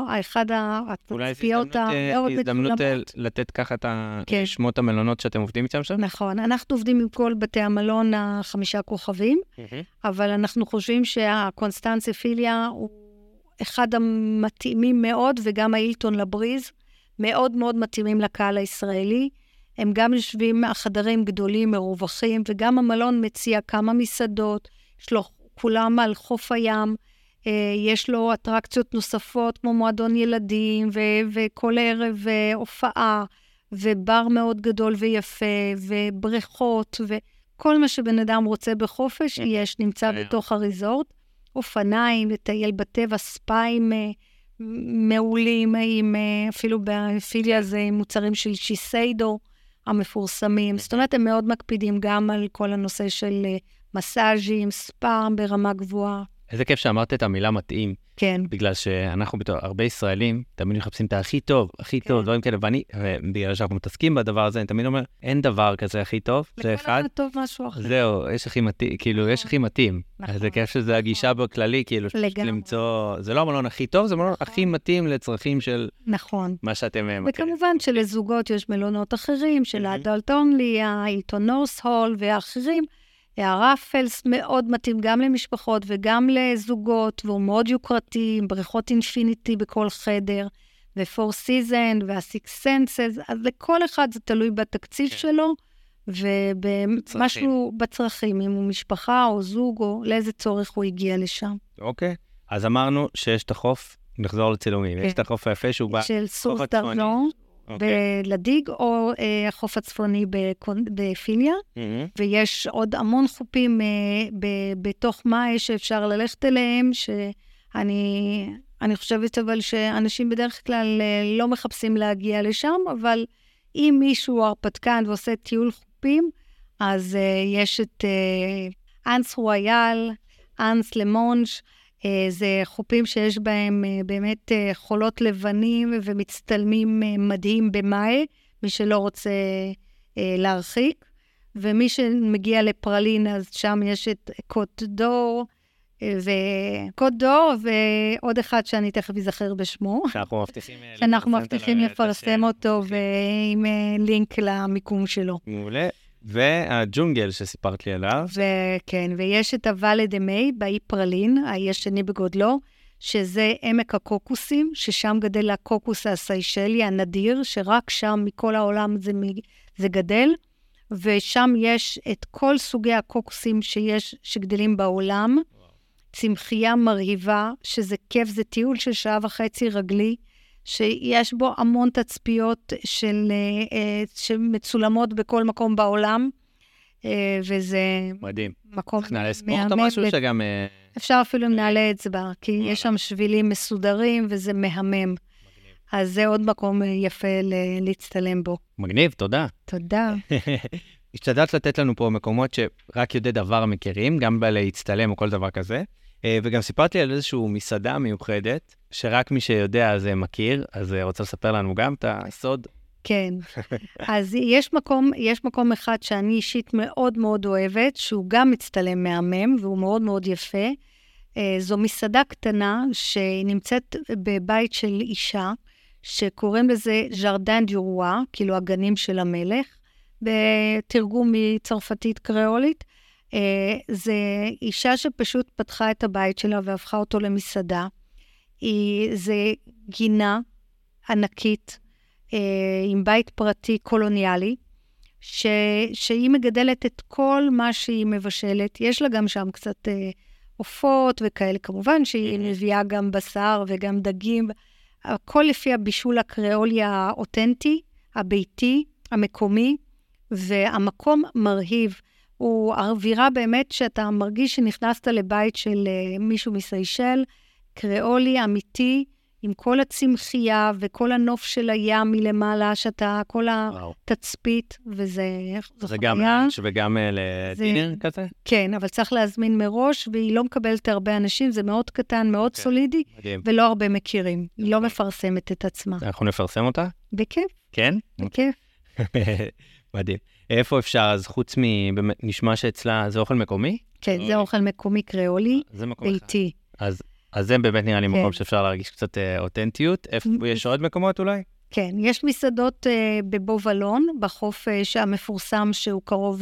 התצפיות המאוד הזדמנות לתת ככה את שמות המלונות שאתם עובדים איתם שם? נכון, אנחנו עובדים עם כל בתי המלון 5 כוכבים, אבל אנחנו חושבים שהקונסטנצה פיליה הוא אחד המתאימים מאוד, וגם האילטון לבריז, מאוד מאוד מתאימים לקהל הישראלי. הם גם יושבים חדרים גדולים, מרווחים, וגם המלון מציע כמה מסעדות, יש לו כולם על חוף הים, יש לו אטרקציות נוספות, כמו מועדון ילדים, וכל ערב הופעה, ובר מאוד גדול ויפה, ובריכות, וכל מה שבן אדם רוצה בחופש, נמצא בתוך הריזורט. אופניים, לטייל בטבע, ספיים מעולים, אפילו בפיליה זה מוצרים של שיסיידו המפורסמים. זאת אומרת, הם מאוד מקפידים גם על כל הנושא של מסאז'ים, ספא ברמה גבוהה. איזה כיף שאמרת את המילה מתאים. כן. בגלל שאנחנו בתור הרבה ישראלים, תמיד מחפשים את הכי טוב, הכי טוב, דברים כאלה, ובגלל שאנחנו מתעסקים בדבר הזה, אני תמיד אומר, אין דבר כזה הכי טוב, זה אחד. לכל טוב משהו אחר. זהו, יש הכי מתאים, כאילו, יש הכי מתאים. אז זה כיף שזה הגישה בכללי, כאילו, למצוא, זה לא המלון הכי טוב, זה המלון הכי מתאים לצרכים של מה שאתם מכירים. וכמובן שלזוגות יש מלונות אחרים, של האדלט אונלי, האילטון נורס הול ואחרים, הרפלס מאוד מתאים גם למשפחות וגם לזוגות, והוא מאוד יוקרתי, עם בריכות אינפיניטי בכל חדר, ו4 Seasons, וה6 Senses, אז לכל אחד זה תלוי בתקציב שלו, ובמשהו בצרכים, אם הוא משפחה או זוג, או לאיזה צורך הוא הגיע לשם. אוקיי, אז אמרנו שיש את החוף, נחזור לצילומים, יש את החוף היפה שהוא בא... של סוס דרזון, בלדיג, או החוף הצפוני בפיליה, ויש עוד המון חופים בתוך מאי שאפשר ללכת אליהם, שאני חושבת אבל שאנשים בדרך כלל לא מחפשים להגיע לשם, אבל אם מישהו הרפתקן ועושה טיול חופים, אז יש את אנס רויאל, אנס למונש, זה חופים שיש בהם באמת חולות לבנים ומצטלמים מדהים במאי, מי שלא רוצה להרחיק. ומי שמגיע לפרלין, אז שם יש את קוט דור, ועוד אחד שאני תכף אזכר בשמו. שאנחנו מבטיחים לפרסם אותו, ועם לינק למיקום שלו. מעולה. והג'ונגל שסיפרת לי עליו. וכן, ויש את הוואלה דה מי, באי פרלין, האי השני בגודלו, שזה עמק הקוקוסים, ששם גדל הקוקוס הסיישלי הנדיר, שרק שם מכל העולם זה גדל, ושם יש את כל סוגי הקוקוסים שגדלים בעולם, צמחייה מרהיבה, שזה כיף, זה טיול של 1.5 שעה רגלי, שיש בו המון תצפיות שמצולמות בכל מקום בעולם, וזה מדהים. מקום נעלי ספורט או משהו שגם... אפשר אפילו עם נעלי אצבע, כי יש שם שבילים מסודרים וזה מהמם. אז זה עוד מקום יפה להצטלם בו. מגניב, תודה. תודה. השתדלת לתת לנו פה מקומות שרק יודעי דבר מכירים, גם בלהצטלם או כל דבר כזה. וגם סיפרתי על איזשהו מסעדה מיוחדת, שרק מי שיודע זה מכיר, אז רוצה לספר לנו גם את הסוד. כן. אז יש מקום אחד שאני אישית מאוד מאוד אוהבת, שהוא גם מצטלם מהמם, והוא מאוד מאוד יפה. זו מסעדה קטנה שנמצאת בבית של אישה, שקוראים לזה ז'רדן דו רואה, כאילו הגנים של המלך, בתרגום מצרפתית קריאולית. זה אישה שפשוט פתחה את הבית שלה והפכה אותו למסעדה. זה גינה ענקית, עם בית פרטי קולוניאלי, שהיא מגדלת את כל מה שהיא מבשלת. יש לה גם שם קצת עופות וכאלה, כמובן שהיא מביאה גם בשר וגם דגים, הכל לפי הבישול הקריאולי האותנטי, הביתי, המקומי, והמקום מרהיב. הוא האווירה באמת שאתה מרגיש שנכנסת לבית של מישהו מסיישל, קריאולי אמיתי, עם כל הצמחייה וכל הנוף של הים מלמעלה, שאתה, כל התצפית, וזה זה גם לאנץ' וגם לדינר כזה? כן, אבל צריך להזמין מראש, והיא לא מקבלת הרבה אנשים, זה מאוד קטן, מאוד סולידי, ולא הרבה מכירים. היא לא מפרסמת את עצמה. אנחנו נפרסם אותה? בכיף. כן? בכיף. מדהים. איפה אפשר, אז חוץ נשמע שאצלה, זה אוכל מקומי? כן, זה אוכל מקומי קריאולי, ביתי. אז זה באמת נראה לי מקום שאפשר להרגיש קצת אותנטיות. איפה יש עוד מקומות אולי? כן, יש מסעדות בבובלון, בחוף המפורסם שהוא קרוב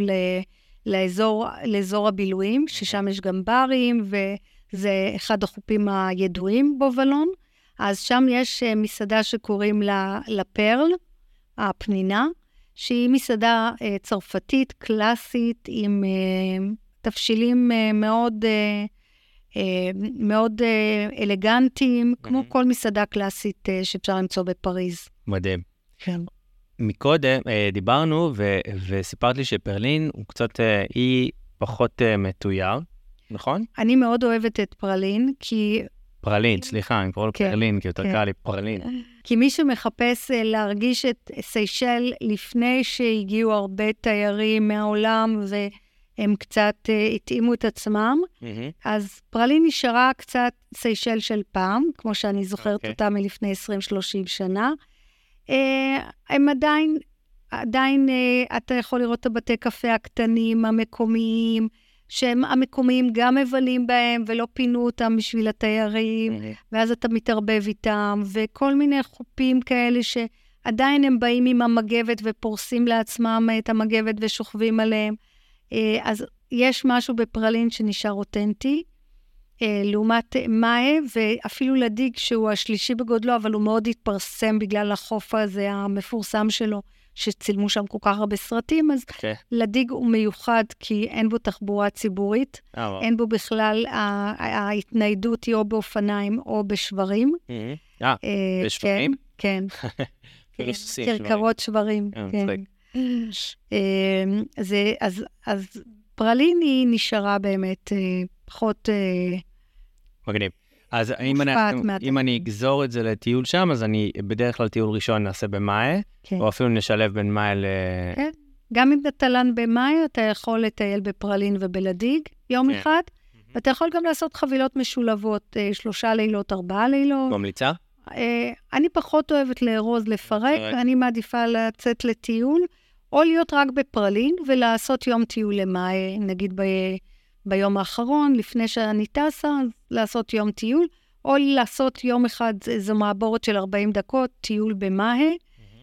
לאזור הבילויים, ששם יש גם ברים, וזה אחד החופים הידועים בובלון. אז שם יש מסעדה שקוראים לה לפרל, הפנינה, שהיא מסעדה צרפתית, קלאסית, עם תבשילים מאוד אלגנטיים, כמו כל מסעדה קלאסית שאפשר למצוא בפריז. מדהים. כן. מקודם דיברנו וסיפרת לי שפרלין הוא קצת, היא פחות מתויר, נכון? אני מאוד אוהבת את פרלין, כי... פרלין, סליחה, אני קורא לו פרלין, כי יותר קל לי פרלין. כי מי שמחפש להרגיש את סיישל לפני שהגיעו הרבה תיירים מהעולם והם קצת התאימו את עצמם, אז פרלין נשארה קצת סיישל של פעם, כמו שאני זוכרת אותה מלפני 20-30 שנה. הם עדיין אתה יכול לראות את הבתי קפה הקטנים, המקומיים, שהם המקומיים גם מבלים בהם, ולא פינו אותם בשביל התיירים, ואז אתה מתערבב איתם, וכל מיני חופים כאלה שעדיין הם באים עם המגבת, ופורסים לעצמם את המגבת ושוכבים עליהם. אז יש משהו בפרלין שנשאר אותנטי, לעומת מאי, ואפילו לדיג שהוא השלישי בגודלו, אבל הוא מאוד התפרסם בגלל החוף הזה המפורסם שלו, שצילמו שם כל כך הרבה סרטים, אז לדיג הוא מיוחד, כי אין בו תחבורה ציבורית, אין בו בכלל, ההתניידות היא או באופניים או בשברים. בשברים? כן. כרכרות שברים, כן. אז פרלין היא נשארה באמת פחות מגניב. אז אם אני אגזור את זה לטיול שם, אז אני בדרך כלל טיול ראשון נעשה במאי, או אפילו נשלב בין מאי כן, גם אם אתה תלן במאי, אתה יכול לטייל בפרלין ובלדיג יום אחד, ואתה יכול גם לעשות חבילות משולבות, 3 לילות, 4 לילות. ממליצה? אני פחות אוהבת לארוז, לפרק, אני מעדיפה לצאת לטיול, או להיות רק בפרלין, ולעשות יום טיול למאי, נגיד ביום האחרון, לפני שאני טסה, לעשות יום טיול, או לעשות יום אחד, זו מעבורת של 40 דקות, טיול במאי,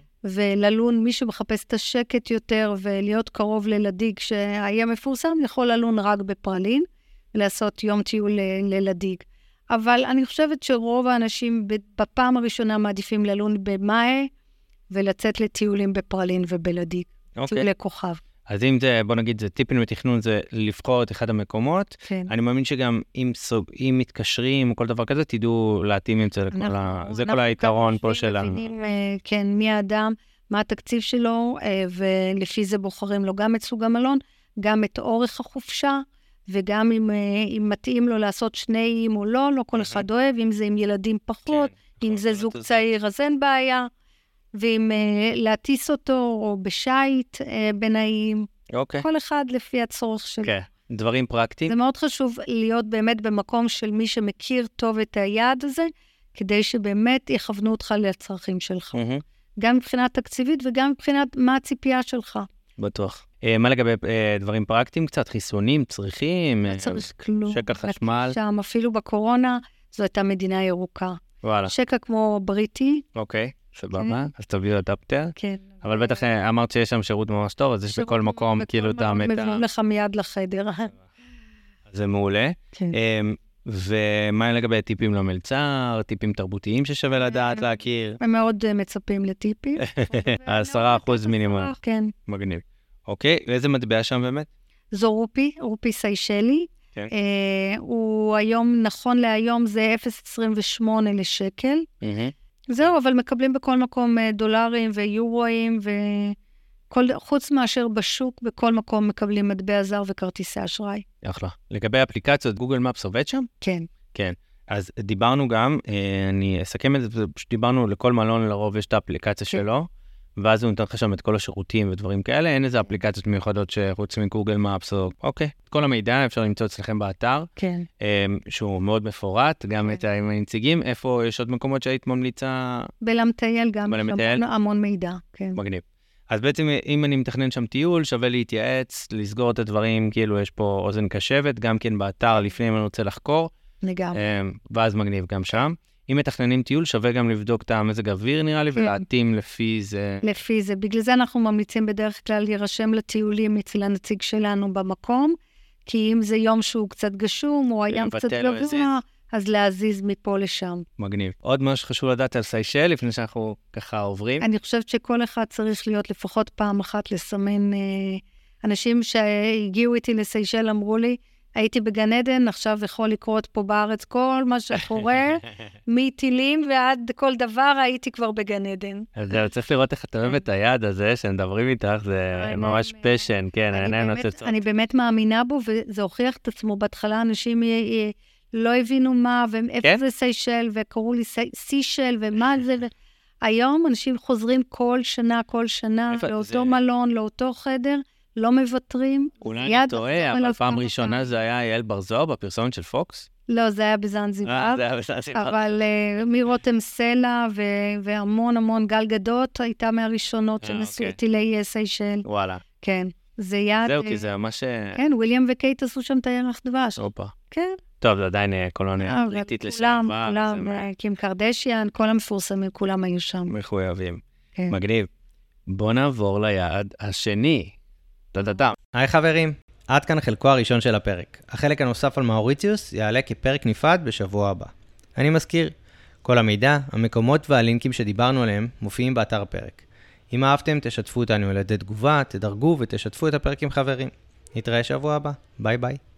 וללון, מי שמחפש את השקט יותר, ולהיות קרוב ללדיג שהיה מפורסם, יכול ללון רק בפרלין, ולעשות יום טיול ללדיג. אבל אני חושבת שרוב האנשים בפעם הראשונה מעדיפים ללון במאי, ולצאת לטיולים בפרלין ובלדיג. טיולי כוכב. אז אם זה, בוא נגיד, זה טיפים בתכנון, זה לבחור את אחד המקומות. כן. אני מאמין שגם אם מתקשרים או כל דבר כזה, תדעו להתאים עם זה לכל זה כל היתרון פה שלנו. כן, מי האדם, מה התקציב שלו, ולפי זה בוחרים לו גם את סוג המלון, גם את אורך החופשה, וגם אם מתאים לו לעשות 2 או לא, לא כל אחד אוהב, אם זה עם ילדים פחות, אם זה זוג צעיר, אז אין בעיה. ואם להטיס אותו, או בשייט בנעים, כל אחד לפי הצורך שלו. כן, דברים פרקטיים. זה מאוד חשוב להיות באמת במקום של מי שמכיר טוב את היעד הזה, כדי שבאמת יכוונו אותך לצרכים שלך. גם מבחינת תקציבית, וגם מבחינת מה הציפייה שלך. בטוח. מה לגבי דברים פרקטיים? קצת חיסונים, צריכים? לא צריך כלום. שקע חשמל? שם, אפילו בקורונה, זו הייתה מדינה ירוקה. וואלה. שקע כמו בריטי. אוקיי. סבבה, אז תביאו אדפטר. כן. אבל בטח אמרת שיש שם שירות ממש טוב, אז יש בכל מקום כאילו את המטה. מביאים לך מיד לחדר. זה מעולה. כן. ומה לגבי טיפים למלצר, טיפים תרבותיים ששווה לדעת, להכיר? הם מאוד מצפים לטיפים. 10% מינימום. כן. מגניב. אוקיי, ואיזה מטבע שם באמת? זו רופי סיישלי. כן. הוא היום, נכון להיום, זה 0.28 לשקל. זהו, אבל מקבלים בכל מקום דולרים ויורואים, חוץ מאשר בשוק, בכל מקום מקבלים מטבע זר וכרטיסי אשראי. אחלה. לגבי אפליקציות, גוגל מפס עובד שם? כן. כן. אז דיברנו גם, אני אסכם את זה, דיברנו לכל מלון לרוב יש את האפליקציה שלו, ואז הוא נותן לך שם את כל השירותים ודברים כאלה, אין איזה אפליקציות מיוחדות שחוץ מגוגל מפס, אוקיי. כל המידע אפשר למצוא אצלכם באתר, כן. שהוא מאוד מפורט, גם את הנציגים, איפה יש עוד מקומות שהיית ממליצה? בלמטייל גם, המון מידע, כן. מגניב. אז בעצם אם אני מתכנן שם טיול, שווה להתייעץ, לסגור את הדברים, כאילו יש פה אוזן קשבת, גם כן באתר לפני אם אני רוצה לחקור. לגמרי. ואז מגניב גם שם. אם מתכננים טיול, שווה גם לבדוק את המזג אוויר, נראה לי, ולהתאים לפי זה. לפי זה. בגלל זה אנחנו ממליצים בדרך כלל להירשם לטיולים אצל הנציג שלנו במקום, כי אם זה יום שהוא קצת גשום, או הים קצת גבוה, אז להזיז מפה לשם. מגניב. עוד משהו חשוב לדעת על סיישל, לפני שאנחנו ככה עוברים? אני חושבת שכל אחד צריך להיות לפחות פעם אחת לסמן. אנשים שהגיעו איתי לסיישל אמרו לי, הייתי בגן עדן, עכשיו יכול לקרות פה בארץ כל מה שקורה, מטילים ועד כל דבר, הייתי כבר בגן עדן. אז זהו, צריך לראות איך אתה אוהב את היד הזה, שמדברים איתך, זה ממש פשן, כן, העיניים נוצצות. אני באמת מאמינה בו, וזה הוכיח את עצמו. בהתחלה אנשים לא הבינו מה, ואיפה זה סיישל, וקראו לי סישל, ומה זה, היום אנשים חוזרים כל שנה, לאותו מלון, לאותו חדר, לא מוותרים. אולי אני טועה, אבל פעם ראשונה זה היה יעל בר זוהר בפרסומת של פוקס? לא, זה היה בזנזיבר. זה היה בזנזיבר. אבל מרותם סלע והמון גל גדות הייתה מהראשונות שנסו טילי סיישל. וואלה. כן, זה יד... זהו, כי זה ממש... כן, וויליאם וקייט עשו שם את הירח דבש. אופה. כן. טוב, זה עדיין קולוניה בריטית לשעבר. כולם, קים קרדשיאן, כל המפורסמים, כולם היו שם. מחויבים. מגניב. בוא נעבור ליעד השני. היי חברים, עד כאן חלקו הראשון של הפרק. החלק הנוסף על מאוריציוס יעלה כפרק נפרד בשבוע הבא. אני מזכיר, כל המידע, המקומות והלינקים שדיברנו עליהם מופיעים באתר הפרק. אם אהבתם, תשתפו אותנו על ידי תגובה, תדרגו ותשתפו את הפרק עם חברים. נתראה שבוע הבא. ביי ביי.